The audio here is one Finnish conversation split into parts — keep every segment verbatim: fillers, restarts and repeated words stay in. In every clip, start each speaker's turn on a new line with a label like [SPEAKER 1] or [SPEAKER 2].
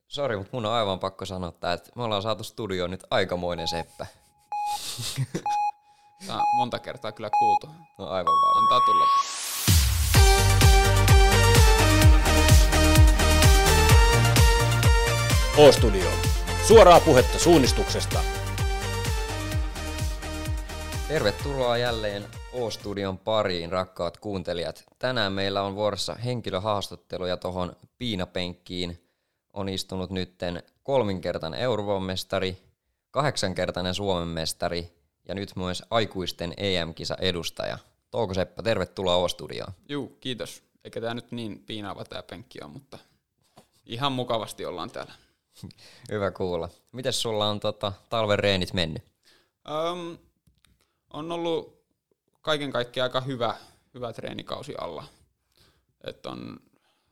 [SPEAKER 1] Sori, mutta mun on aivan pakko sanoa, että me ollaan saatu studioon nyt aikamoinen seppä.
[SPEAKER 2] Tämä on monta kertaa kyllä kuultu.
[SPEAKER 1] No aivan varma.
[SPEAKER 2] Antaa tulla.
[SPEAKER 3] O-Studio. Suoraa puhetta suunnistuksesta.
[SPEAKER 1] Tervetuloa jälleen O-Studion pariin, rakkaat kuuntelijat. Tänään meillä on vuorossa henkilöhaastatteluja tuohon piinapenkkiin. On istunut nytten kolminkertainen Euroopan mestari, kahdeksankertainen Suomen mestari ja nyt myös aikuisten E M-kisa edustaja. Touko Seppä, tervetuloa O-Studioon.
[SPEAKER 2] Juu, kiitos. Eikä tämä nyt niin piinaava tämä penkki on, mutta ihan mukavasti ollaan täällä.
[SPEAKER 1] Hyvä kuulla. Mites sulla on tota, talven reenit mennyt?
[SPEAKER 2] Um, on ollut kaiken kaikkiaan aika hyvä, hyvä treenikausi alla. Et on,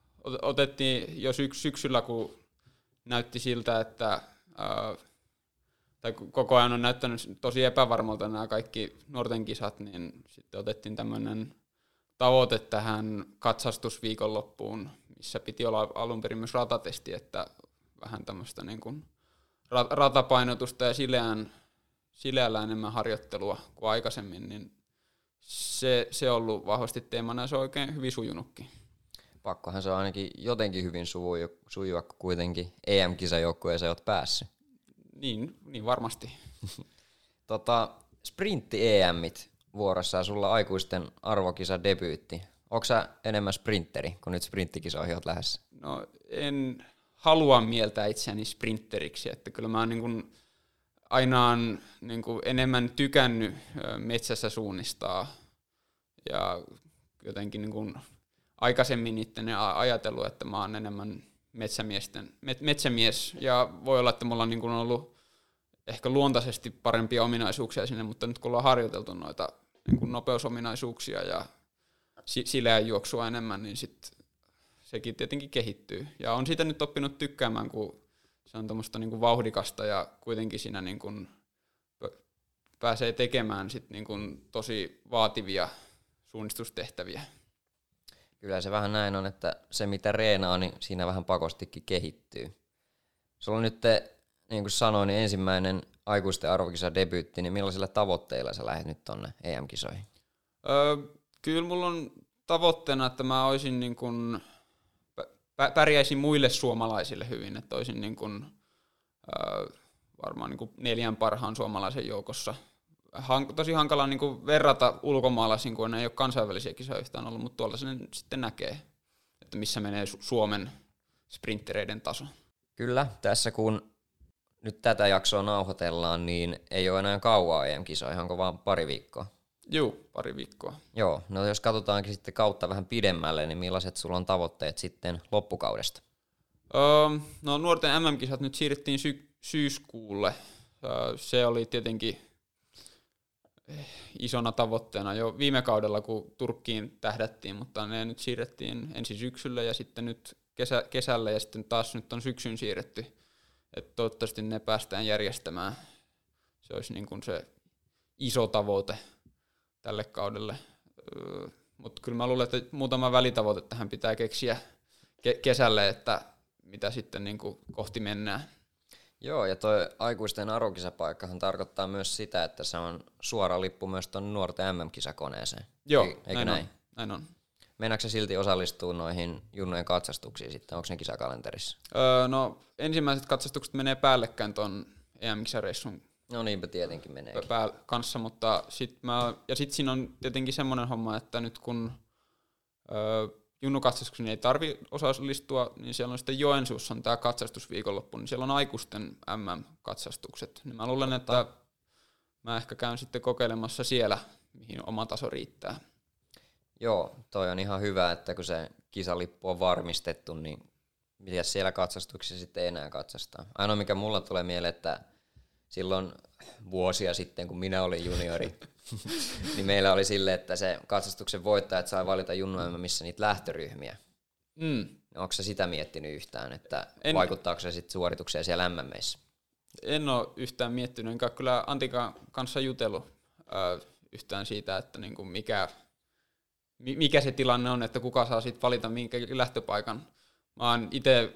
[SPEAKER 2] otettiin jo syks- syksyllä, kun näytti siltä, että uh, tai koko ajan on näyttänyt tosi epävarmalta nämä kaikki nuorten kisat, niin sitten otettiin tämmöinen tavoite tähän katsastusviikonloppuun, missä piti olla alun perin myös ratatesti, että vähän tämmöistä niin kuin ratapainotusta ja sileän, sileällä enemmän harjoittelua kuin aikaisemmin, niin se, se on ollut vahvasti teemana ja se on oikein hyvin sujunutkin.
[SPEAKER 1] Pakkohan se on ainakin jotenkin hyvin sujua, kun kuitenkin E M-kisajoukkueeseen olet päässyt.
[SPEAKER 2] Niin, niin varmasti.
[SPEAKER 1] tota, sprintti-E M:t vuorossa ja sulla aikuisten arvokisa debyytti. Onko sä enemmän sprinteri, kun nyt sprinttikisoihin olet lähdössä?
[SPEAKER 2] No en halua mieltää itseäni sprinteriksi, että kyllä mä oon niin kuin aina on niin kuin enemmän tykännyt metsässä suunnistaa ja jotenkin niin kuin aikaisemmin itse ajatellut, että mä oon enemmän metsämiesten, met, metsämies ja voi olla, että mulla on niin kuin ollut ehkä luontaisesti parempia ominaisuuksia sinne, mutta nyt kun ollaan harjoiteltu noita niin kuin nopeusominaisuuksia ja sileää juoksua enemmän, niin sit sekin tietenkin kehittyy. Ja on siitä nyt oppinut tykkäämään, kun se on tuommoista niin kuin vauhdikasta ja kuitenkin siinä niin kuin pääsee tekemään sit niin kuin tosi vaativia suunnistustehtäviä.
[SPEAKER 1] Kyllä se vähän näin on, että se mitä reenaa, niin siinä vähän pakostikin kehittyy. Sulla on nyt, niin kuin sanoin, niin ensimmäinen aikuisten arvokisa debyytti, niin millaisilla tavoitteilla sä lähdet nyt tonne E M-kisoihin?
[SPEAKER 2] Öö, kyllä mulla on tavoitteena, että mä olisin niin kuin, pärjäisin muille suomalaisille hyvin, että olisin niin kuin, öö, varmaan niin kuin neljän parhaan suomalaisen joukossa. Hank, tosi hankala niin kuin verrata ulkomaalaisiin, kun ne ei ole kansainvälisiä kisoja yhtään ollut, mutta tuolla sen sitten näkee, että missä menee Su- Suomen sprinttereiden taso.
[SPEAKER 1] Kyllä, tässä kun nyt tätä jaksoa nauhoitellaan, niin ei ole enää kauaa E M-kisoihin, onko vaan pari viikkoa?
[SPEAKER 2] Juu, pari viikkoa.
[SPEAKER 1] Joo, no jos katsotaankin sitten kautta vähän pidemmälle, niin millaiset sulla on tavoitteet sitten loppukaudesta?
[SPEAKER 2] Öö, no nuorten M M-kisat nyt siirrettiin sy- syyskuulle. Öö, se oli tietenkin isona tavoitteena jo viime kaudella, kun Turkkiin tähdättiin, mutta ne nyt siirrettiin ensin syksyllä ja sitten nyt kesä, kesällä ja sitten taas nyt on syksyn siirretty. Että toivottavasti ne päästään järjestämään. Se olisi niin kuin se iso tavoite tälle kaudelle. Öö, mutta kyllä mä luulen, että muutama välitavoite tähän pitää keksiä ke- kesälle, että mitä sitten niin kuin kohti mennään.
[SPEAKER 1] Joo, ja toi aikuisten arvokisapaikkahan tarkoittaa myös sitä, että se on suora lippu myös tuonne nuorten M M-kisakoneeseen.
[SPEAKER 2] Joo,
[SPEAKER 1] Eikö
[SPEAKER 2] näin,
[SPEAKER 1] näin?
[SPEAKER 2] On, näin on.
[SPEAKER 1] Meinaatko se silti osallistua noihin junnojen katsastuksiin sitten? Onko ne kisakalenterissa?
[SPEAKER 2] Öö, no ensimmäiset katsastukset menee päällekkäin ton E M-kisareissun
[SPEAKER 1] No niinpä tietenkin meneekin.
[SPEAKER 2] pää- kanssa, mutta sit mä, ja sitten siinä on tietenkin semmoinen homma, että nyt kun öö, junnukatsastuksiin ei tarvi osallistua, niin siellä on sitten Joensuussa on tämä katsastusviikonloppu, niin siellä on aikuisten M M-katsastukset. Niin mä luulen, että mä ehkä käyn sitten kokeilemassa siellä, mihin oma taso riittää.
[SPEAKER 1] Joo, toi on ihan hyvä, että kun se kisalippu on varmistettu, niin mitä siellä katsastuksissa sitten ei enää katsastaa. Ainoa mikä mulla tulee mieleen, että silloin vuosia sitten, kun minä olin juniori, niin meillä oli sille, että se katsastuksen voittajat sai valita junnuemme, missä niitä lähtöryhmiä.
[SPEAKER 2] Mm.
[SPEAKER 1] Onko sä sitä miettinyt yhtään, että
[SPEAKER 2] En,
[SPEAKER 1] vaikuttaako se sitten suoritukseen siellä M M:issä?
[SPEAKER 2] En ole yhtään miettinyt, enkä kyllä Antikan kanssa jutellut äh, yhtään siitä, että niinku mikä, mikä se tilanne on, että kuka saa sitten valita minkä lähtöpaikan. Mä oon itse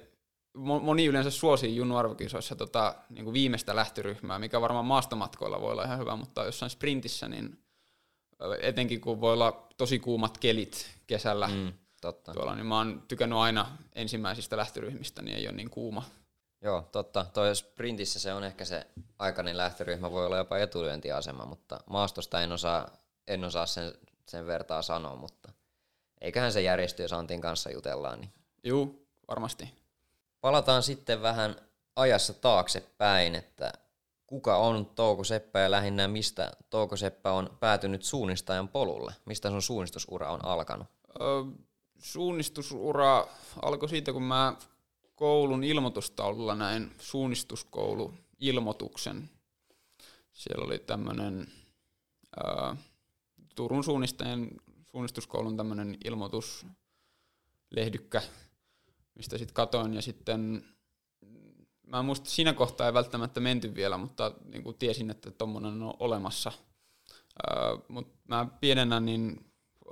[SPEAKER 2] moni yleensä suosii Junnu arvokisoissa tota, niin kuin viimeistä lähtöryhmää, mikä varmaan maastomatkoilla voi olla ihan hyvä, mutta jossain sprintissä, niin etenkin kun voi olla tosi kuumat kelit kesällä, mm, totta. Tuolla, niin mä oon tykännyt aina ensimmäisistä lähtöryhmistä, niin ei ole niin kuuma.
[SPEAKER 1] Joo, totta. Toi sprintissä se on ehkä se aikainen lähtöryhmä, voi olla jopa etulyöntiasema, mutta maastosta en osaa, en osaa sen, sen vertaa sanoa, mutta eiköhän se järjesty, jos Antin kanssa jutellaan. Niin.
[SPEAKER 2] Juu, varmasti.
[SPEAKER 1] Palataan sitten vähän ajassa taaksepäin, että kuka on Touko Seppä ja lähinnä mistä Touko Seppä on päätynyt suunnistajan polulle? Mistä sun suunnistusura on alkanut?
[SPEAKER 2] Öö, suunnistusura alkoi siitä, kun mä koulun ilmoitustaululla näin suunnistuskoulu-ilmoituksen. Siellä oli tämmöinen öö, Turun suunnistajien suunnistuskoulun tämmöinen ilmoituslehdykkä, mistä sitten katoin, ja sitten mä en muista, siinä kohtaa ei välttämättä menty vielä, mutta niin kuin tiesin, että tommonen on olemassa. Öö, mutta mä pienenä niin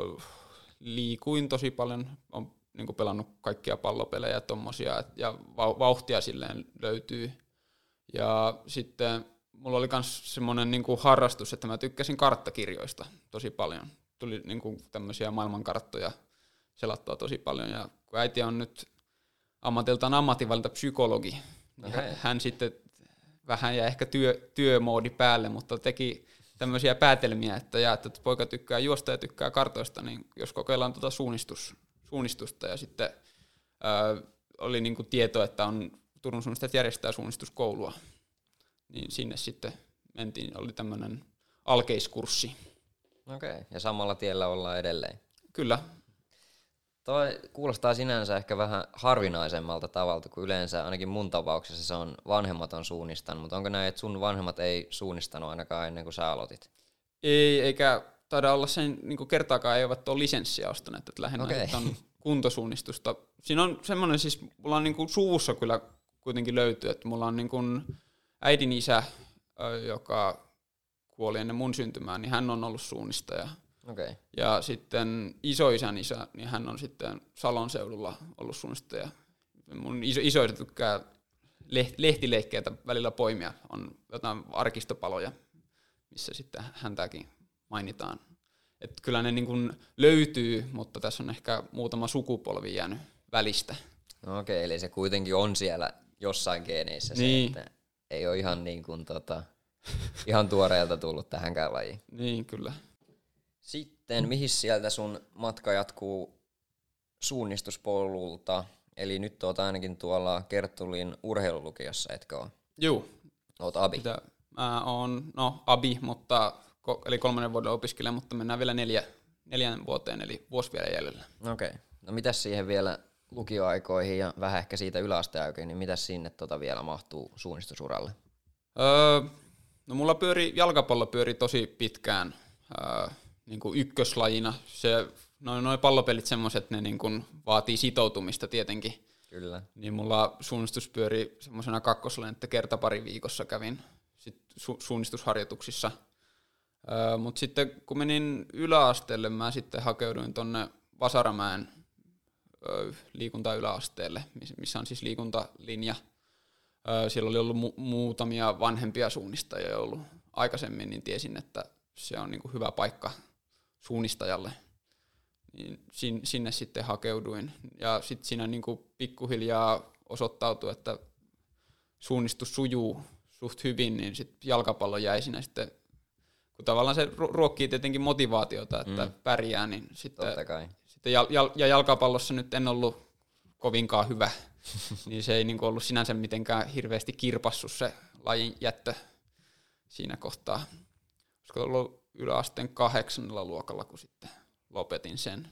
[SPEAKER 2] liikuin tosi paljon, on niin kuin pelannut kaikkia pallopelejä ja tommosia, ja vauhtia silleen löytyy. Ja sitten mulla oli myös semmoinen niin kuin harrastus, että mä tykkäsin karttakirjoista tosi paljon. Tuli niin kuin tämmöisiä maailmankarttoja selattua tosi paljon, ja kun äiti on nyt ammatiltaan ammatinvalinta psykologi, niin okay. hän sitten vähän ja ehkä työ, työmoodi päälle, mutta teki tämmöisiä päätelmiä, että, ja, että poika tykkää juosta ja tykkää kartoista, niin jos kokeillaan tuota suunnistus, suunnistusta, ja sitten ää, oli niin kuin tieto, että on Turun suunnistajat järjestää suunnistuskoulua, niin sinne sitten mentiin, oli tämmöinen alkeiskurssi.
[SPEAKER 1] Okei, okay. Ja samalla tiellä ollaan edelleen.
[SPEAKER 2] Kyllä.
[SPEAKER 1] Toi kuulostaa sinänsä ehkä vähän harvinaisemmalta tavalta, kuin yleensä ainakin mun tapauksessa se on vanhemmat on suunnistanut, mutta onko näin, että sun vanhemmat ei suunnistanut ainakaan ennen kuin sä aloitit?
[SPEAKER 2] Ei, eikä taida olla sen, niin kuin kertaakaan eivät ole lisenssiä ostaneet, että lähinnä okay. on kuntosuunnistusta. Siinä on semmoinen, siis mulla on niin kuin suvussa kyllä kuitenkin löytyy, että mulla on niin kuin äidin isä, joka kuoli ennen mun syntymää, niin hän on ollut suunnistaja.
[SPEAKER 1] Okay.
[SPEAKER 2] Ja sitten isoisän isä, niin hän on sitten Salon seudulla ollut suunnistaja. Mun iso, isoisä tykkää lehtileikkeitä välillä poimia, on jotain arkistopaloja, missä sitten häntäkin mainitaan. Et kyllä ne niin kuin löytyy, mutta tässä on ehkä muutama sukupolvi jäänyt välistä.
[SPEAKER 1] No okei, okay, eli se kuitenkin on siellä jossain geeneissä
[SPEAKER 2] niin.
[SPEAKER 1] Se, että ei ole ihan, niin kuin, tota, ihan tuoreelta tullut tähänkään lajiin.
[SPEAKER 2] Niin, kyllä.
[SPEAKER 1] Sitten, mihin sieltä sun matka jatkuu suunnistuspolulta? Eli nyt oot ainakin tuolla Kerttulin urheilulukiossa, etkö ole?
[SPEAKER 2] Juu.
[SPEAKER 1] Oot abi.
[SPEAKER 2] Sitä, mä oon, no abi, mutta, eli kolmannen vuoden opiskelija, mutta mennään vielä neljä, neljän vuoteen, eli vuosi vielä jäljellä.
[SPEAKER 1] Okei. Okay. No mitäs siihen vielä lukioaikoihin ja vähän ehkä siitä yläasteaikoihin, niin mitäs sinne tota vielä mahtuu suunnistusuralle?
[SPEAKER 2] Öö, no mulla pyöri, jalkapallo pyöri tosi pitkään. Öö, niin kuin ykköslajina. Se, noin noi pallopelit semmoiset, ne niin kuin vaatii sitoutumista tietenkin.
[SPEAKER 1] Kyllä.
[SPEAKER 2] Niin mulla suunnistus pyöri semmoisena kakkoslajina, että kerta pari viikossa kävin sit su- suunnistusharjoituksissa. Öö, Mutta sitten kun menin yläasteelle, mä sitten hakeuduin tonne Vasaramäen öö, liikuntayläasteelle, missä on siis liikuntalinja. Öö, siellä oli ollut mu- muutamia vanhempia suunnistajia ollut aikaisemmin, niin tiesin, että se on niin kuin hyvä paikka suunnistajalle, niin sinne sitten hakeuduin. Ja sitten siinä niin kuin pikkuhiljaa osoittautui, että suunnistus sujuu suht hyvin, niin sitten jalkapallo jäi siinä sitten, kun tavallaan se ruokkii tietenkin motivaatiota, että mm. pärjää, niin sitten, sitten jal, jal, ja jalkapallossa nyt en ollut kovinkaan hyvä, niin se ei niin kuin ollut sinänsä mitenkään hirveästi kirpassut se lajin jättö siinä kohtaa. Olisiko ollut yläasteen kahdeksannella luokalla, kun sitten lopetin sen.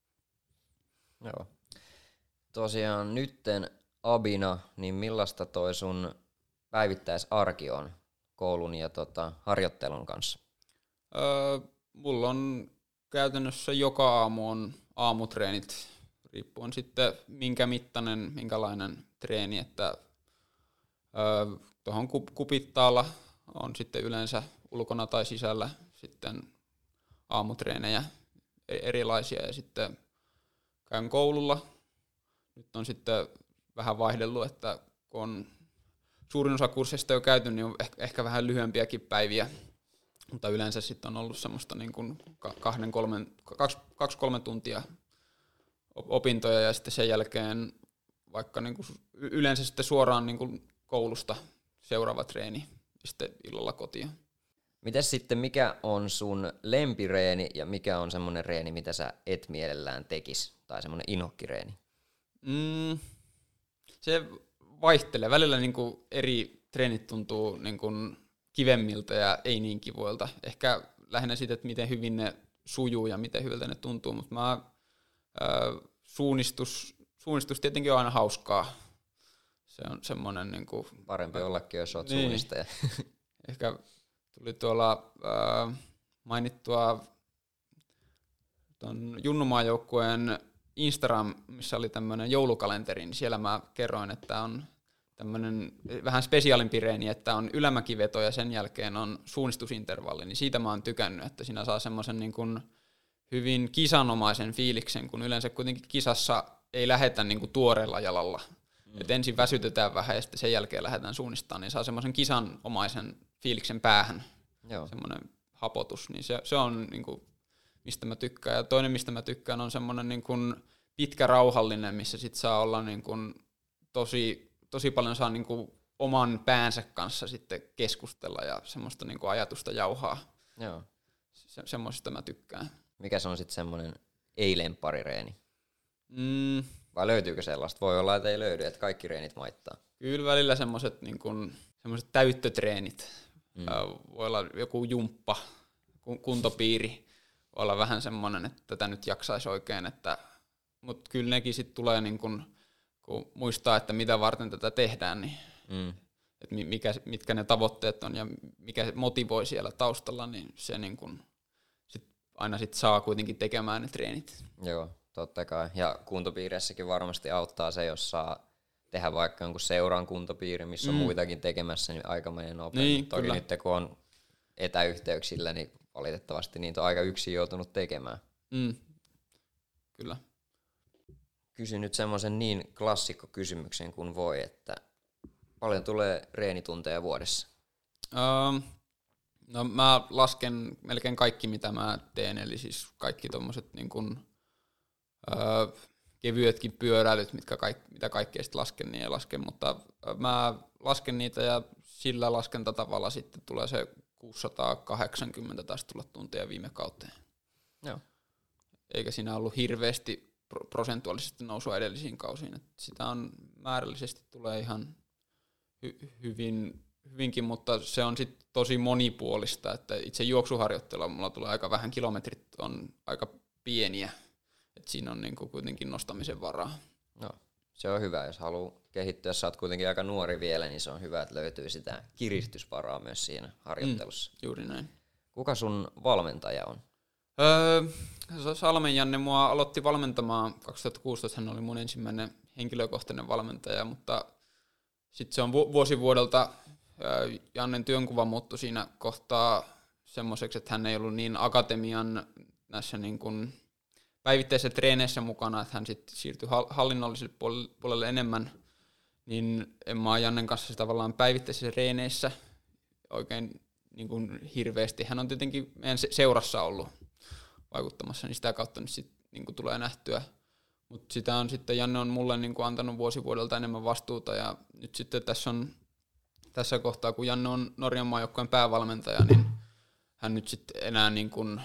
[SPEAKER 1] Joo. Tosiaan nytten abina, niin millaista toi sun päivittäisarki on koulun ja tota, harjoittelun kanssa?
[SPEAKER 2] Öö, mulla on käytännössä joka aamu on aamutreenit, riippuen sitten minkä mittainen, minkälainen treeni, että öö, tuohon kupittaalla on sitten yleensä ulkona tai sisällä sitten aamutreenejä erilaisia, ja sitten käyn koululla. Nyt on sitten vähän vaihdellut, että kun on suurin osa kursseista jo käyty, niin on ehkä, ehkä vähän lyhyempiäkin päiviä, mutta yleensä sitten on ollut semmoista niin kuin kahden, kolmen, kaksi, kaksi, kolme tuntia opintoja ja sitten sen jälkeen vaikka niin kuin yleensä sitten suoraan niin kuin koulusta seuraava treeni ja sitten illalla kotiin.
[SPEAKER 1] Mites sitten, mikä on sun lempireeni ja mikä on semmoinen reeni, mitä sä et mielellään tekis, tai semmoinen inhokkireeni?
[SPEAKER 2] Mm, se vaihtelee. Välillä niin kuin eri treenit tuntuu niin kuin kivemmiltä ja ei niin kivoilta. Ehkä lähinnä siitä, että miten hyvin ne sujuu ja miten hyviltä ne tuntuu, mutta mä, ää, suunnistus, suunnistus tietenkin on aina hauskaa. Se on semmoinen niin kuin
[SPEAKER 1] parempi ollakin, jos oot
[SPEAKER 2] niin.
[SPEAKER 1] suunnistaja.
[SPEAKER 2] Ehkä tuli tuolla ää, mainittua tuon Junnumaajoukkueen Instagram, missä oli tämmöinen joulukalenteri, niin siellä mä kerroin, että on tämmöinen vähän spesiaalimpi reeni, että on ylämäkiveto ja sen jälkeen on suunnistusintervalli, niin siitä mä oon tykännyt, että siinä saa semmoisen niin kuin hyvin kisanomaisen fiiliksen, kun yleensä kuitenkin kisassa ei lähetä niin kuin tuoreella jalalla. Mm. Et ensin väsytetään vähän ja sitten sen jälkeen lähdetään suunnistamaan, niin saa semmoisen kisanomaisen fiiliksen päähän. Joo. Semmoinen hapotus, niin se, se on niin kuin, mistä mä tykkään. Ja toinen, mistä mä tykkään, on semmoinen niin kuin pitkä rauhallinen, missä sit saa olla niin kuin tosi, tosi paljon saa niin kuin oman päänsä kanssa sitten keskustella ja semmoista niin kuin ajatusta jauhaa.
[SPEAKER 1] Joo.
[SPEAKER 2] Se, semmoisesta mä tykkään.
[SPEAKER 1] Mikä se on sitten semmoinen ei-lempparireeni?
[SPEAKER 2] Mm.
[SPEAKER 1] Vai löytyykö sellaista? Voi olla, että ei löydy, että kaikki reenit maittaa.
[SPEAKER 2] Kyllä välillä semmoiset niin kuin semmoiset täyttötreenit. Mm. Voi olla joku jumppa, kuntopiiri. Voi olla vähän semmoinen, että tätä nyt jaksaisi oikein. Että, mutta kyllä nekin sitten tulee, niin kun, kun muistaa, että mitä varten tätä tehdään, niin mm. että mikä, mitkä ne tavoitteet on ja mikä motivoi siellä taustalla, niin se niin kun sit aina sit saa kuitenkin tekemään ne treenit.
[SPEAKER 1] Joo, totta kai. Ja kuntopiireissäkin varmasti auttaa se, jos saa tehdä vaikka jonkun seuran kuntopiiri, missä on mm. muitakin tekemässä, niin aika menee nopeasti. Niin, toki kyllä. Nyt kun on etäyhteyksillä, niin valitettavasti niitä on aika yksin joutunut tekemään.
[SPEAKER 2] Mm. Kyllä.
[SPEAKER 1] Kysyn nyt semmoisen niin klassikkokysymyksen kuin voi, että paljon tulee reenitunteja vuodessa?
[SPEAKER 2] Um, no mä lasken melkein kaikki, mitä mä teen, eli siis kaikki tommoset niin kuin uh, kevyetkin pyöräilyt, mitkä kaik, mitä kaikkea sitten lasken, niin ei lasken, mutta mä lasken niitä ja sillä laskentatavalla sitten tulee se kuusisataakahdeksankymmentä taisi tulla tunteja viime kauteen.
[SPEAKER 1] Joo.
[SPEAKER 2] Eikä siinä ollut hirveästi prosentuaalisesti nousua edellisiin kausiin. Että sitä on määrällisesti tulee ihan hy- hyvin, hyvinkin, mutta se on sitten tosi monipuolista. Että itse juoksuharjoittelua mulla tulee aika vähän, kilometrit on aika pieniä. Että siinä on niinku kuitenkin nostamisen varaa.
[SPEAKER 1] No, se on hyvä, jos haluaa kehittyä. Jos sä oot kuitenkin aika nuori vielä, niin se on hyvä, että löytyy sitä kiristysvaraa myös siinä harjoittelussa.
[SPEAKER 2] Mm, juuri näin.
[SPEAKER 1] Kuka sun valmentaja on?
[SPEAKER 2] Öö, Salmen Janne mua aloitti valmentamaan kaksituhattakuusitoista, hän oli mun ensimmäinen henkilökohtainen valmentaja, mutta sitten se on vuosi vuodelta öö, Jannen työnkuva muuttui siinä kohtaa semmoiseksi, että hän ei ollut niin akatemian näissä niin kuin päivittäisissä treeneissä mukana, että hän sitten siirtyi hallinnolliselle puolelle enemmän, niin en mä Jannen kanssa tavallaan päivittäisissä treeneissä oikein niin kuin hirveästi. Hän on tietenkin meidän seurassa ollut vaikuttamassa, niin sitä kautta nyt sit, niin kuin tulee nähtyä. Mutta sitä on sitten, Janne on mulle niin kuin antanut vuosi vuodelta enemmän vastuuta, ja nyt sitten tässä on tässä kohtaa, kun Janne on Norjan maajoukkueen päävalmentaja, niin hän nyt sitten enää niin kuin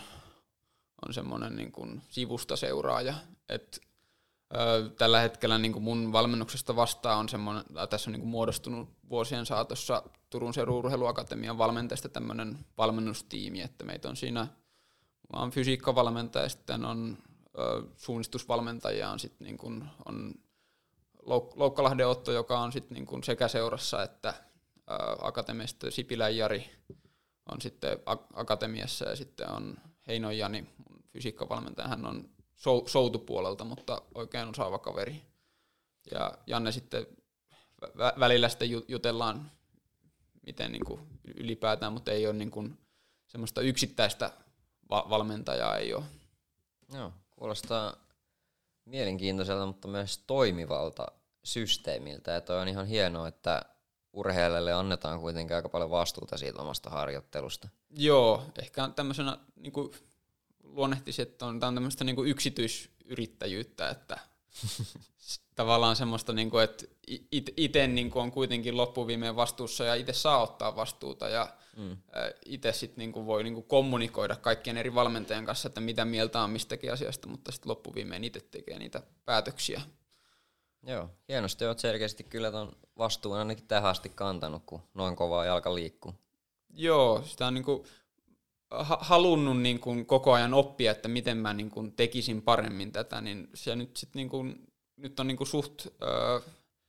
[SPEAKER 2] on semmoinen niin kuin sivusta seuraaja. Et, ö, tällä hetkellä niin kuin mun valmennuksesta vastaan on semmoinen, tässä on niin kuin muodostunut vuosien saatossa Turun Seudun Urheiluakatemian valmentajista tämmöinen valmennustiimi, että meitä on siinä, mulla on fysiikkavalmentaja ja sitten on ö, suunnistusvalmentaja, on sitten niin kuin on Louk- Loukkalahden Otto, joka on sitten niin kuin sekä seurassa että ö, akatemiasta, Sipilän Jari on sitten ak- akatemiassa ja sitten on Heinon Jani, mun fysiikkavalmentaja, hän on sou- soutupuolelta, mutta oikein osaava kaveri. Ja Janne sitten vä- välillä sitten jutellaan, miten niin kuin ylipäätään, mutta ei ole niin kuin semmoista yksittäistä va- valmentajaa ei ole.
[SPEAKER 1] Joo, kuulostaa mielenkiintoiselta, mutta myös toimivalta systeemiltä. Ja toi on ihan hienoa, että urheilijalle annetaan kuitenkin aika paljon vastuuta siitä omasta harjoittelusta.
[SPEAKER 2] Joo, ehkä tämmöisenä niin kuin luonnehtisin, että on, tämä on tämmöistä niin kuin yksityisyrittäjyyttä, että tavallaan semmoista, niin kuin, että itse niin kuin on kuitenkin loppuviimeen vastuussa ja itse saa ottaa vastuuta ja mm. itse sitten niin kuin voi niin kuin kommunikoida kaikkien eri valmentajien kanssa, että mitä mieltä on mistäkin asiasta, mutta sitten loppuviimeen itse tekee niitä päätöksiä.
[SPEAKER 1] Joo, hienosti olet selkeästi kyllä ton vastuun ainakin tähän asti kantanut, kun noin kovaa jalka liikkuu.
[SPEAKER 2] Joo, sitä on niin kuin ha- halunnut niin kuin koko ajan oppia, että miten mä niin kuin tekisin paremmin tätä, niin se nyt, sit niin kuin, nyt on niin kuin suht, öö,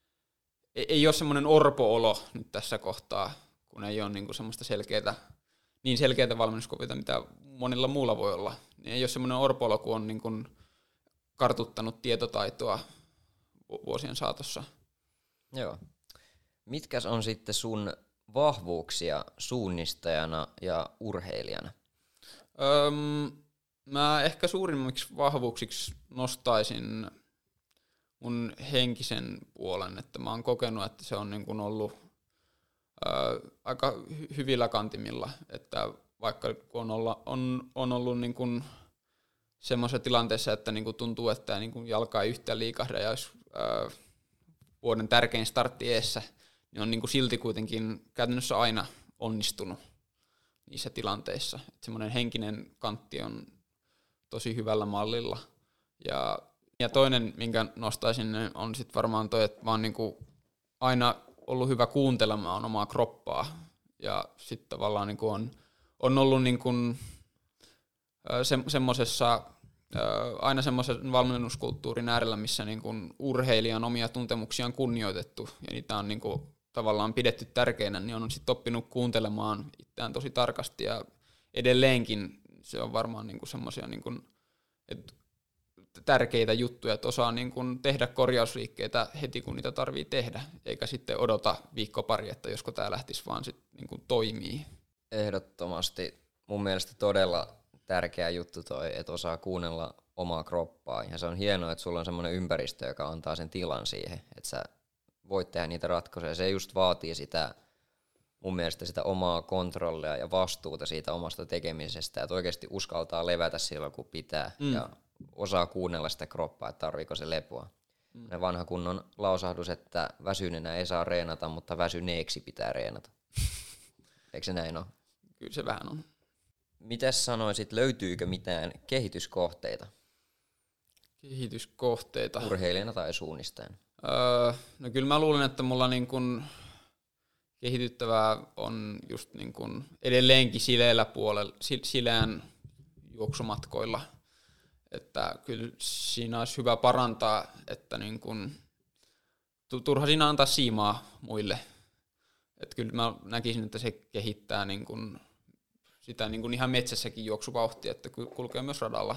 [SPEAKER 2] ei ole semmoinen orpo-olo nyt tässä kohtaa, kun ei ole niin kuin semmoista selkeää, niin selkeää valmennuskokeita, mitä monilla muulla voi olla. Niin ei ole semmoinen orpo-olo, kun on niin kuin kartuttanut tietotaitoa vuosien saatossa.
[SPEAKER 1] Joo. Mitkäs on sitten sun vahvuuksia suunnistajana ja urheilijana?
[SPEAKER 2] Öm, mä ehkä suurimmiksi vahvuuksiksi nostaisin mun henkisen puolen, että mä oon kokenut, että se on niin kuin ollut ö, aika hy- hyvillä kantimilla, että vaikka on, olla, on, on ollut niin kuin semmoisessa tilanteessa, että niin kuin tuntuu, että niin kuin jalka ei yhtään liikahda ja olisi ö, vuoden tärkein startti eessä, niin on niin kuin silti kuitenkin käytännössä aina onnistunut niissä tilanteissa. Että semmoinen henkinen kantti on tosi hyvällä mallilla. Ja, ja toinen, minkä nostaisin, on sitten varmaan toi, että mä oon niin kuin aina ollut hyvä kuuntelemaan omaa kroppaa. Ja sitten tavallaan niin kuin on, on ollut niin kuin se, semmoisessa, aina semmoisen valmennuskulttuurin äärellä, missä niin kuin urheilijan omia tuntemuksia on kunnioitettu ja niitä on niin kuin tavallaan pidetty tärkeinä, niin on sitten oppinut kuuntelemaan itseään tosi tarkasti ja edelleenkin se on varmaan niin kuin semmoisia niin kuin, että tärkeitä juttuja, että osaa niin kuin tehdä korjausliikkeitä heti, kun niitä tarvii tehdä, eikä sitten odota viikko pari, että josko tämä lähtisi vaan sitten niin kuin toimii.
[SPEAKER 1] Ehdottomasti mun mielestä todella tärkeä juttu toi, että osaa kuunnella omaa kroppaa. Ja se on hienoa, että sulla on semmoinen ympäristö, joka antaa sen tilan siihen, että sä voit tehdä niitä ratkaisuja. Se just vaatii sitä, mun mielestä sitä omaa kontrollia ja vastuuta siitä omasta tekemisestä, että oikeasti uskaltaa levätä silloin, kun pitää, mm. ja osaa kuunnella sitä kroppaa, että tarviiko se lepoa. Mm. Ne vanha kunnon lausahdus, että väsyneenä ei saa reenata, mutta väsyneeksi pitää reenata. Eikö se näin ole?
[SPEAKER 2] Kyllä se vähän on.
[SPEAKER 1] Mitäs sanoisit, löytyykö mitään kehityskohteita?
[SPEAKER 2] Kehityskohteita?
[SPEAKER 1] Urheilijana tai suunnistajana?
[SPEAKER 2] Öö, no kyllä mä luulen, että mulla niin kun kehityttävää on just niin kun edelleenkin sileällä puolella, sileän juoksumatkoilla. Että kyllä siinä olisi hyvä parantaa, että niin kun, turha siinä antaa siimaa muille. Että kyllä mä näkisin, että se kehittää niin kun sitä niin kun ihan metsässäkin juoksuvauhtia, että kulkee myös radalla.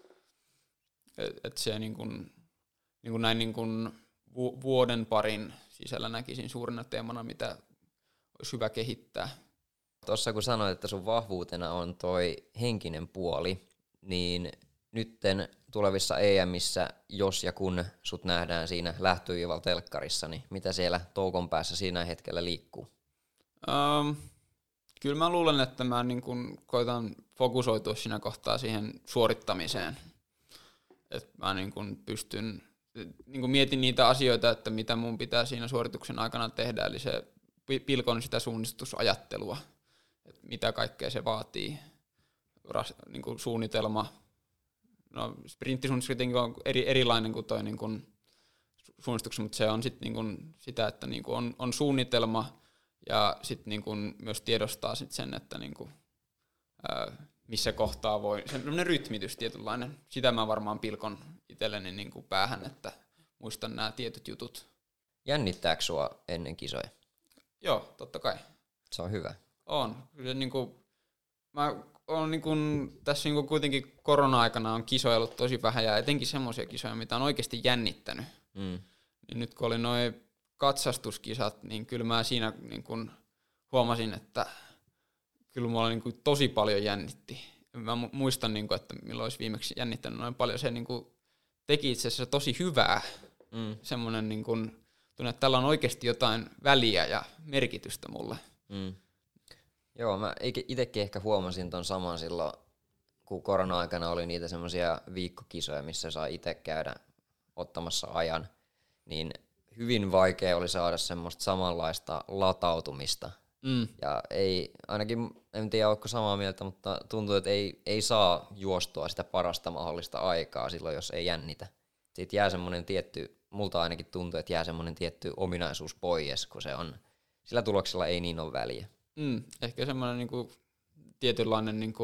[SPEAKER 2] Että et se niin kun, niin kun näin niin kun vuoden parin sisällä näkisin suurena teemana, mitä olisi hyvä kehittää.
[SPEAKER 1] Tuossa kun sanoit, että sun vahvuutena on toi henkinen puoli, niin nytten tulevissa E M:issä, jos ja kun sut nähdään siinä lähtöjyvällä telkkarissa, niin mitä siellä toukon päässä siinä hetkellä liikkuu?
[SPEAKER 2] Um, kyllä mä luulen, että mä niin kun koitan fokusoitua siinä kohtaa siihen suorittamiseen. Että mä niin kun pystyn, niin kun mietin niitä asioita, että mitä mun pitää siinä suorituksen aikana tehdä, eli se pilkon sitä suunnistusajattelua, että mitä kaikkea se vaatii, Ras, niin kun suunnitelma. No, sprintisuunnistus tietenkin on eri, erilainen kuin toi niin kun suunnistuksen, mutta se on sit niin kun sitä, että niin kun on, on suunnitelma ja sit niin kun myös tiedostaa sit sen, että niin kun, ää, missä kohtaa voi, semmoinen rytmitys tietynlainen, sitä mä varmaan pilkon itselleni niin kun päähän, että muistan nämä tietyt jutut.
[SPEAKER 1] Jännittääkö sua ennen kisoja?
[SPEAKER 2] Joo, totta kai.
[SPEAKER 1] Se on hyvä.
[SPEAKER 2] On. Kyllä niin kuin, mä on niin kuin, tässä niin kuin kuitenkin korona-aikana on kisoillut tosi vähän ja etenkin semmoisia kisoja, mitä on oikeasti jännittänyt. Mm. Niin nyt kun oli noin katsastuskisat, niin kyllä mä siinä niin kuin huomasin, että kyllä mulla niin kuin tosi paljon jännitti. Mä muistan, niin kuin, että milloin olisi viimeksi jännittänyt noin paljon. Se niin kuin teki itse asiassa tosi hyvää mm. semmoinen, niin kun, tunne, että tällä on oikeasti jotain väliä ja merkitystä mulle.
[SPEAKER 1] Mm. Joo, mä itsekin ehkä huomasin ton saman silloin, kun korona-aikana oli niitä semmoisia viikkokisoja, missä saa itse käydä ottamassa ajan, niin hyvin vaikea oli saada semmoista samanlaista latautumista. Mm. Ja ei, ainakin, en tiedä oletko samaa mieltä, mutta tuntuu, että ei, ei saa juostua sitä parasta mahdollista aikaa silloin, jos ei jännitä. Siitä jää semmoinen tietty, multa ainakin tuntuu, että jää semmoinen tietty ominaisuus pois, kun se on, sillä tuloksella ei niin ole väliä.
[SPEAKER 2] Mm, ehkä semmoinen niinku tietynlainen, niinku,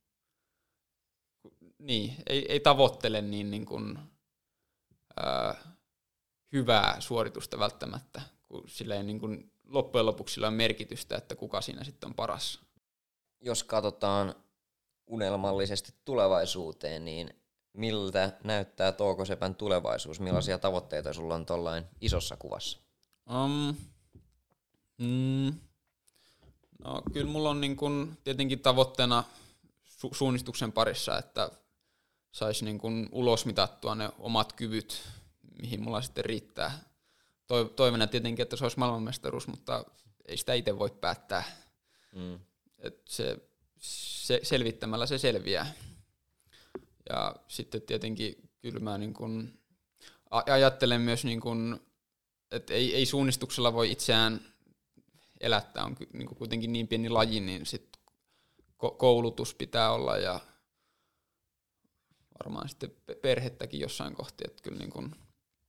[SPEAKER 2] niin, ei, ei tavoittele niin niinku, ää, hyvää suoritusta välttämättä, kun sillä ei niinku, loppujen lopuksi sillä on merkitystä, että kuka siinä sitten on paras.
[SPEAKER 1] Jos katsotaan unelmallisesti tulevaisuuteen, niin miltä näyttää Touko Sepän tulevaisuus? Millaisia tavoitteita sulla on tuollain isossa kuvassa?
[SPEAKER 2] Um, mm, no kyllä mulla on niin kun tietenkin tavoitteena su- suunnistuksen parissa, että saisi niin kun ulosmitattua ne omat kyvyt, mihin mulla sitten riittää. Toivena tietenkin, että se olisi maailmanmestaruus, mutta ei sitä itse voi päättää. Mm. Et se, se, selvittämällä se selviää. Ja sitten tietenkin kyllä mä niin kun ajattelen myös, niin kun, että ei, ei suunnistuksella voi itseään elättää. On niin kun kuitenkin niin pieni laji, niin sit koulutus pitää olla ja varmaan sitten perhettäkin jossain kohti. Että kyllä niin kun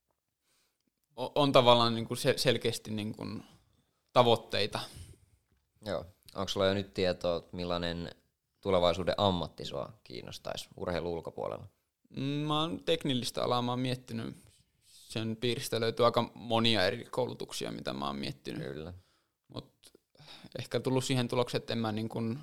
[SPEAKER 2] on tavallaan niin kuin selkeästi niin kuin tavoitteita.
[SPEAKER 1] Joo. Onko sulla jo nyt tietoa, millainen tulevaisuuden ammatti sua kiinnostaisi urheilun ulkopuolella?
[SPEAKER 2] Mä oon teknillistä alaa, mä oon miettinyt. Sen piiristä löytyy aika monia eri koulutuksia, mitä mä oon miettinyt.
[SPEAKER 1] Kyllä.
[SPEAKER 2] Mut ehkä tullut siihen tulokseen, että en mä niin kuin,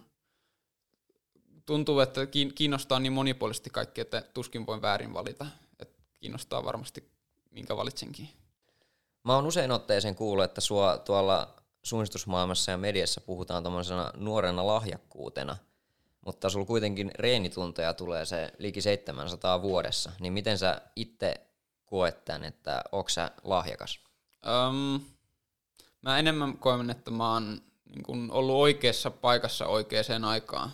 [SPEAKER 2] tuntuu, että kiinnostaa niin monipuolisesti kaikki, että tuskin voin väärin valita. Et kiinnostaa varmasti, minkä valitsenkin.
[SPEAKER 1] Mä oon usein otteeseen kuullut, että sua tuolla suunnistusmaailmassa ja mediassa puhutaan tommosena nuorena lahjakkuutena, mutta sulla kuitenkin reenitunteja tulee se liki seitsemänsataa vuodessa, niin miten sä itse koet tämän, että onko sä lahjakas?
[SPEAKER 2] Um, mä enemmän koen, että mä oon niin kun ollut oikeassa paikassa oikeaan aikaan.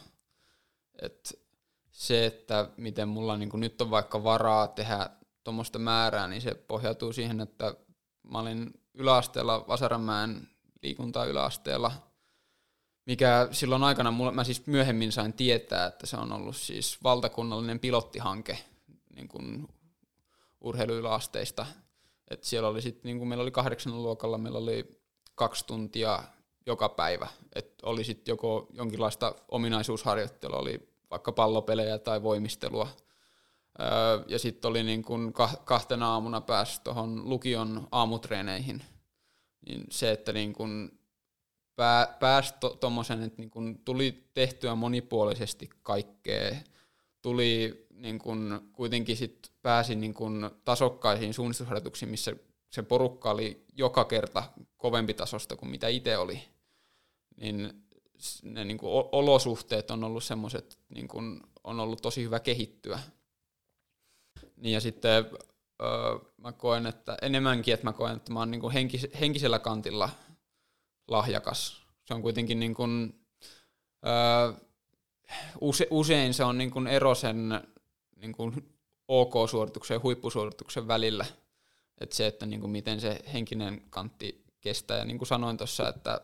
[SPEAKER 2] Et se, että miten mulla niin kun nyt on vaikka varaa tehdä tuommoista määrää, niin se pohjautuu siihen, että mä olin yläasteella Vasaranmäen liikuntaa yläasteella, mikä silloin aikana, mulla, mä siis myöhemmin sain tietää, että se on ollut siis valtakunnallinen pilottihanke niin kuin urheiluyläasteista. Et siellä oli sit, niin kuin meillä oli kahdeksan luokalla, meillä oli kaksi tuntia joka päivä. Et oli sitten joko jonkinlaista ominaisuusharjoittelua, oli vaikka pallopelejä tai voimistelua. Öö, ja sitten oli niin kun kahtena aamuna pääsi tuohon lukion aamutreeneihin. Niin se, että niin kun pää, pääsi tuommoisen, to, että niin kun tuli tehtyä monipuolisesti kaikkea, tuli niin kun kuitenkin sit pääsi niin kun tasokkaisiin suunnistusharjoituksiin, missä se porukka oli joka kerta kovempi tasosta kuin mitä itse oli. Niin ne niin kun olosuhteet on ollut semmoiset, niin kun on ollut tosi hyvä kehittyä. Niin ja sitten öö, mä koen, että enemmänkin, että mä koen, että mä oon niin kuin henkis, henkisellä kantilla lahjakas. Se on kuitenkin niin kuin, öö, use, usein se on niin kuin ero sen niin kuin OK-suorituksen ja huippusuorituksen välillä. Että se, että niin kuin miten se henkinen kantti kestää. Ja niin kuin sanoin tuossa, että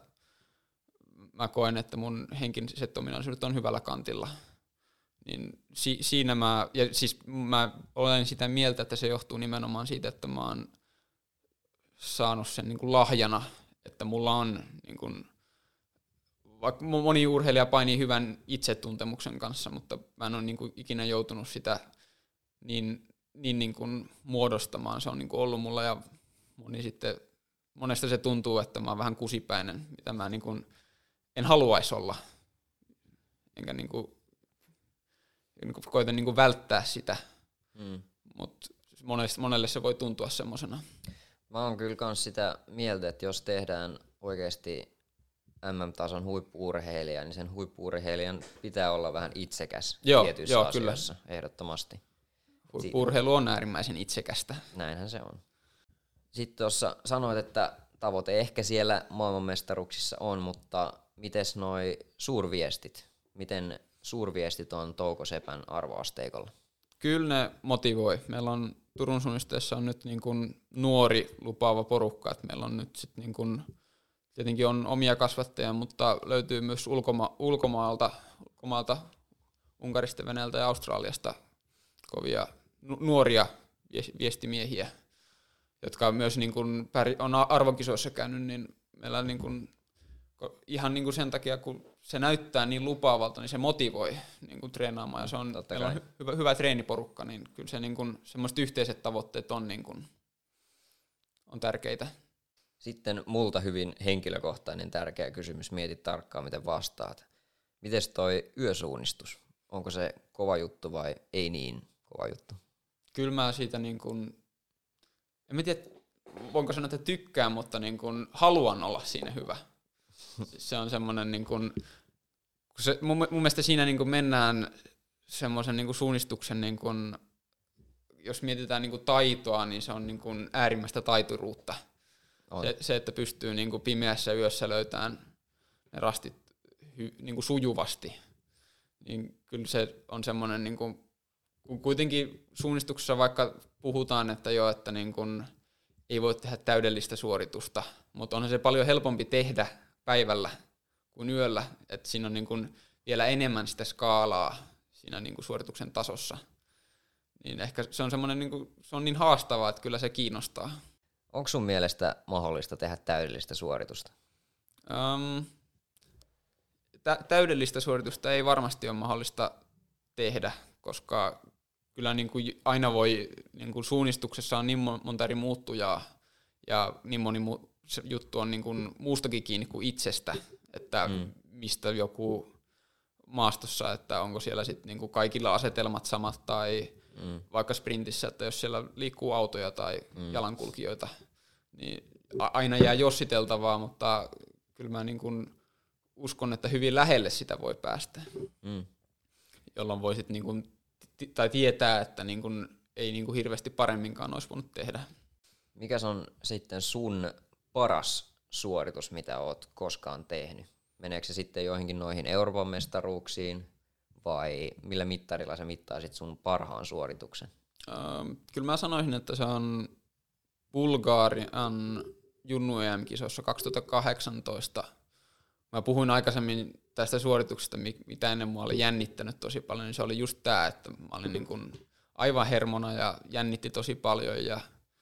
[SPEAKER 2] mä koen, että mun henkiset ominaisuudet on hyvällä kantilla. Niin si- siinä mä, ja siis mä olen sitä mieltä, että se johtuu nimenomaan siitä, että mä oon saanut sen niin kuin lahjana, että mulla on, niin kuin, vaikka moni urheilija painii hyvän itsetuntemuksen kanssa, mutta mä en ole niin kuin ikinä joutunut sitä niin, niin, niin kuin muodostamaan. Se on niin kuin ollut mulla ja moni sitten, monesta se tuntuu, että mä oon vähän kusipäinen, mitä mä niin kuin en haluaisi olla, enkä niin kuin koitan niinku välttää sitä, mm. mutta monelle se voi tuntua semmosena.
[SPEAKER 1] Mä oon kyllä kans sitä mieltä, että jos tehdään oikeasti M M-tason huippu-urheilija, niin sen huippu-urheilijan pitää olla vähän itsekäs
[SPEAKER 2] joo,
[SPEAKER 1] tietyissä
[SPEAKER 2] joo,
[SPEAKER 1] asioissa, kyllä. Ehdottomasti.
[SPEAKER 2] Huippu-urheilu on äärimmäisen itsekästä.
[SPEAKER 1] Näinhän se on. Sitten tuossa sanoit, että tavoite ehkä siellä maailmanmestaruuksissa on, mutta mites noi suurviestit? Miten suurviestit on Touko Sepän arvoasteikolla?
[SPEAKER 2] Kyllä ne motivoi. Meillä on Turun suunnisteessa on nyt niin kuin nuori lupaava porukka, että meillä on nyt sit niin kuin, tietenkin on omia kasvattajia, mutta löytyy myös ulkoma- ulkomaalta, ulkomaalta, Unkarista, Venäjältä ja Australiasta kovia nu- nuoria viestimiehiä, jotka myös niin kuin on arvokisoissa käynyt, niin meillä on niin kuin, ihan niin kuin sen takia, kun se näyttää niin lupaavalta, niin se motivoi niin kuin treenaamaan, ja se on, meillä on hyvä, hyvä treeniporukka, niin kyllä se niin kuin, semmoiset yhteiset tavoitteet on, niin kuin, on tärkeitä.
[SPEAKER 1] Sitten multa hyvin henkilökohtainen tärkeä kysymys, mietit tarkkaan miten vastaat. Mites toi yösuunnistus? Onko se kova juttu vai ei niin kova juttu?
[SPEAKER 2] Kyllä mä siitä niin kuin, en mä tiedä, voinko sanoa, että tykkään, mutta niin kuin haluan olla siinä hyvä. Se on semmoinen, niin kuin, kun se, mun, mun mielestä siinä niin kuin mennään semmoisen niin kuin suunnistuksen, niin kuin, jos mietitään niin kuin taitoa, niin se on niin kuin äärimmäistä taituruutta. Se, se, että pystyy niin kuin pimeässä yössä löytämään ne rastit hy, niin kuin sujuvasti, niin kyllä se on semmoinen, niin kuin, kun kuitenkin suunnistuksessa vaikka puhutaan, että jo, että niin kuin ei voi tehdä täydellistä suoritusta, mutta onhan se paljon helpompi tehdä päivällä kuin yöllä, että siinä on niin kuin vielä enemmän sitä skaalaa siinä niin kuin suorituksen tasossa. Niin ehkä se on semmoinen, niin kuin, se on niin haastavaa, että kyllä se kiinnostaa.
[SPEAKER 1] Onko sun mielestä mahdollista tehdä täydellistä suoritusta?
[SPEAKER 2] Um, tä- täydellistä suoritusta ei varmasti ole mahdollista tehdä, koska kyllä niin kuin aina voi, niin kuin suunnistuksessa on niin monta eri muuttujaa, ja niin moni mu- juttu on niin kuin muustakin kiinni kuin itsestä, että mm. mistä joku maastossa, että onko siellä sitten niin kuin kaikilla asetelmat samat, tai mm. vaikka sprintissä, että jos siellä liikkuu autoja tai mm. jalankulkijoita, niin aina jää jossiteltavaa, mutta kyllä mä niin kuin uskon, että hyvin lähelle sitä voi päästä, mm. jolloin voi sit niin kuin, tai tietää, että niin kuin ei niin kuin hirveästi paremminkaan olisi voinut tehdä.
[SPEAKER 1] Mikäs on sitten sun paras suoritus, mitä oot koskaan tehnyt? Meneekö se sitten joihinkin noihin Euroopan mestaruuksiin, vai millä mittarilla sä mittaisit sun parhaan suorituksen?
[SPEAKER 2] Ähm, kyllä mä sanoisin, että se on Bulgarian Junnu E M-kisossa kaksituhattakahdeksantoista. Mä puhuin aikaisemmin tästä suorituksesta, mitä ennen mua oli jännittänyt tosi paljon, niin se oli just tää, että mä olin niin kuin aivan hermona ja jännitti tosi paljon ja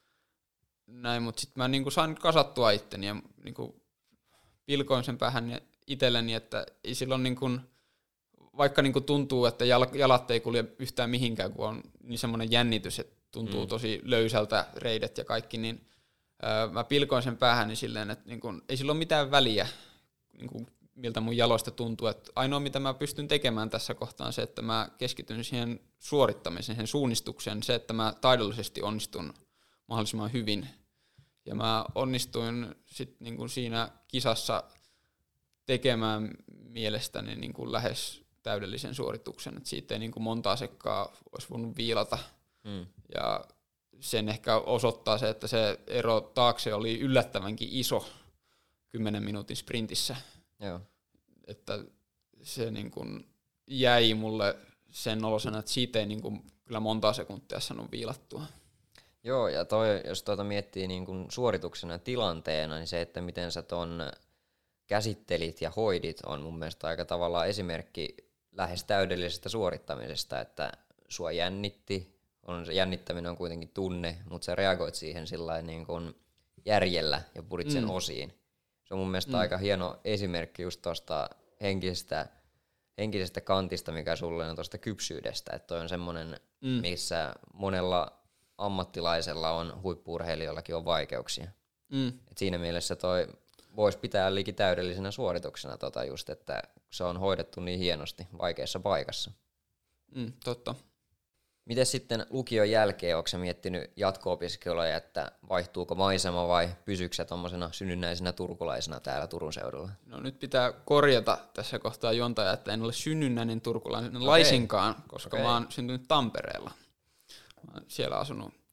[SPEAKER 2] näin, mutta sitten mä niin kuin sain kasattua itteni ja niin kuin pilkoin sen päähän itselleni, että ei silloin niin kuin, vaikka niin kuin tuntuu, että jalat ei kulje yhtään mihinkään, kun on niin semmoinen jännitys, että tuntuu mm. tosi löysältä reidet ja kaikki, niin öö, mä pilkoin sen päähän silleen, että niin kuin, ei sillä ole mitään väliä, niin kuin, miltä mun jaloista tuntuu. Että ainoa, mitä mä pystyn tekemään tässä kohtaa on se, että mä keskityn siihen suorittamiseen, siihen suunnistukseen, se, että mä taidollisesti onnistun mahdollisimman hyvin. Ja mä onnistuin sit niin kuin siinä kisassa tekemään mielestäni niin kuin lähes täydellisen suorituksen, että siitä ei niin kuin montaa sekkaa olisi voinut viilata. Mm. Ja sen ehkä osoittaa se, että se ero taakse oli yllättävänkin iso kymmenen minuutin sprintissä. Joo. Että se niin kuin jäi mulle sen olosena, että siitä ei niin kuin kyllä montaa sekuntia saanut viilattua.
[SPEAKER 1] Joo, ja toi, jos tuota miettii niin kuin suorituksena ja tilanteena, niin se, että miten sä ton käsittelit ja hoidit, on mun mielestä aika tavallaan esimerkki lähes täydellisestä suorittamisesta, että sua jännitti, on, se jännittäminen on kuitenkin tunne, mutta sä reagoit siihen sillain niin kuin järjellä ja purit sen mm. osiin. Se on mun mielestä mm. aika hieno esimerkki just tuosta henkisestä, henkisestä kantista, mikä sulle on tuosta kypsyydestä, että toi on semmoinen, mm. missä monella ammattilaisella on, huippu-urheilijoillakin on vaikeuksia. Mm. Et siinä mielessä toi voisi pitää liikin täydellisenä suorituksena tota just, että se on hoidettu niin hienosti vaikeassa paikassa.
[SPEAKER 2] Mm, totta.
[SPEAKER 1] Miten sitten lukion jälkeen, onko sä miettinyt jatko-opiskeluja, että vaihtuuko maisema vai pysyykö sä tommosena synnynnäisenä turkulaisena täällä Turun seudulla?
[SPEAKER 2] No nyt pitää korjata tässä kohtaa juontaja, että en ole synnynnäinen turkulainen okay. laisinkaan, koska okay. mä oon syntynyt Tampereella. Mä oon siellä asunut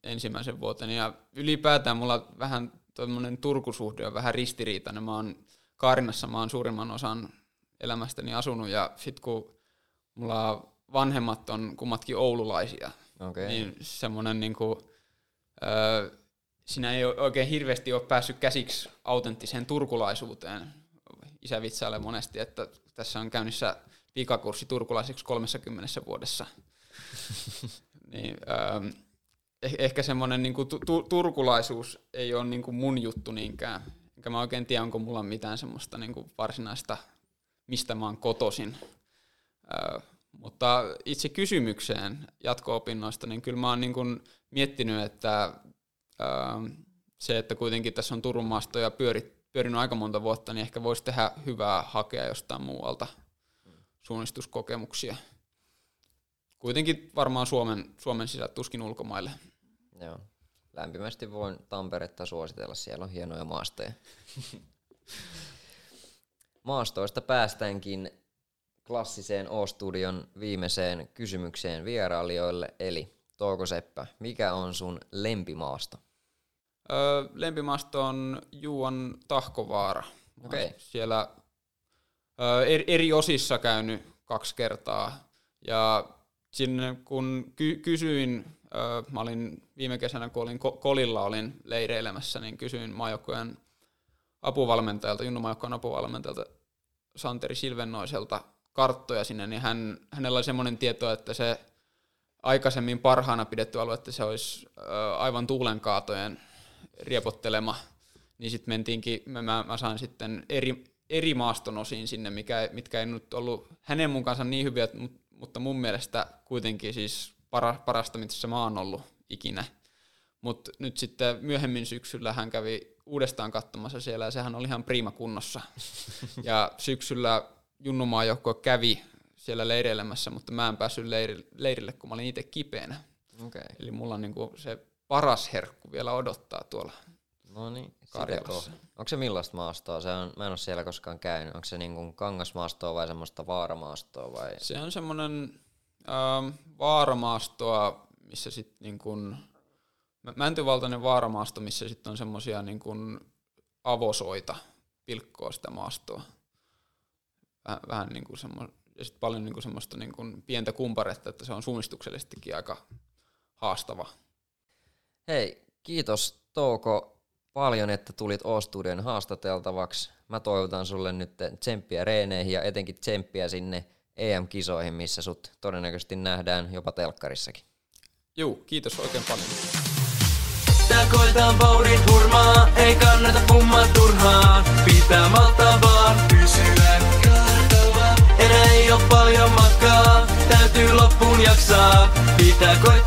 [SPEAKER 2] ensimmäisen vuoteni. Ja ylipäätään mulla vähän tuommoinen Turku-suhde on vähän ristiriitainen. Mä oon Kaarinassa, mä oon suurimman osan elämästäni asunut ja sit kun mulla vanhemmat on kummatkin oululaisia, okay. niin semmoinen niinku, öö, siinä ei oikein hirveästi ole päässyt käsiksi autenttiseen turkulaisuuteen. Isä vitsailee monesti, että tässä on käynnissä pikakurssi turkulaiseksi kolmessakymmenessä vuodessa. niin, öö, ehkä semmoinen niinku tu- turkulaisuus ei ole niinku mun juttu niinkään. Enkä mä oikein tiedä, onko mulla mitään semmoista niinku varsinaista, mistä mä oon kotoisin. Öö, mutta itse kysymykseen jatko-opinnoista, niin kyllä mä oon niinku miettinyt, että öö, se, että kuitenkin tässä on Turun maastoja pyörit, pyörinyt aika monta vuotta, niin ehkä voisi tehdä hyvää hakea jostain muualta suunnistuskokemuksia. Kuitenkin varmaan Suomen, Suomen sisältä tuskin ulkomaille.
[SPEAKER 1] Joo. Lämpimästi voin Tamperetta suositella, siellä on hienoja maastoja. Maastoista päästäänkin klassiseen O-studion viimeiseen kysymykseen vierailijoille, eli Touko Seppä, mikä on sun lempimaasto?
[SPEAKER 2] Öö, lempimaasto on Juuan Tahkovaara.
[SPEAKER 1] Okay.
[SPEAKER 2] Siellä öö, eri osissa käynyt kaksi kertaa, ja sinne kun ky- kysyin, öö, mä olin viime kesänä, kun olin ko- Kolilla olin leireilemässä, niin kysyin maajoukkojen apuvalmentajalta, Junnu-maajoukkojen apuvalmentajalta Santeri Silvennoiselta karttoja sinne, niin hän, hänellä oli semmoinen tieto, että se aikaisemmin parhaana pidetty alue, että se olisi öö, aivan tuulenkaatojen riepottelema, niin sitten mentiinkin, mä, mä sain sitten eri, eri maaston osiin sinne, mikä, mitkä ei nyt ollut hänen mukaansa niin hyviä, mutta mun mielestä kuitenkin siis para, parasta, missä mä oon ollut ikinä. Mutta nyt sitten myöhemmin syksyllä hän kävi uudestaan katsomassa siellä, ja sehän oli ihan prima kunnossa. Ja syksyllä Junnu-maajoukkue kävi siellä leireilemässä, mutta mä en päässyt leirille, leirille kun mä olin itse kipeänä. Okay. Eli mulla on niinku se paras herkku vielä odottaa tuolla
[SPEAKER 1] no niin,
[SPEAKER 2] Karjalassa.
[SPEAKER 1] Onko se millaista maastoa? Se on, mä en ole siellä koskaan käynyt. Onko se niinku kangasmaastoa vai semmoista vaaramaastoa? Vai?
[SPEAKER 2] Se on semmoinen ähm, vaaramaastoa, missä sitten niinku, mäntyvaltainen vaaramaasto, missä sitten on semmoisia niinku avosoita pilkkoa sitä maastoa. Väh, vähän niinku semmoista, ja sitten paljon niinku semmoista niinku pientä kumparetta, että se on suunnistuksellisestikin aika haastava.
[SPEAKER 1] Hei, kiitos Touko paljon, että tulit O-studion haastateltavaksi. Mä toivotan sulle nyt tsemppiä reeneihin ja etenkin tsemppiä sinne E M-kisoihin, missä sut todennäköisesti nähdään jopa telkkarissakin.
[SPEAKER 2] Juu, kiitos oikein paljon.
[SPEAKER 4] Tää koetaan vauhdin hurmaa, ei kannata pummaa turhaan. Pitää maltaa vaan pysyä kartalla. Enää ei oo paljon matkaa, täytyy loppuun jaksaa. Pitää koettaa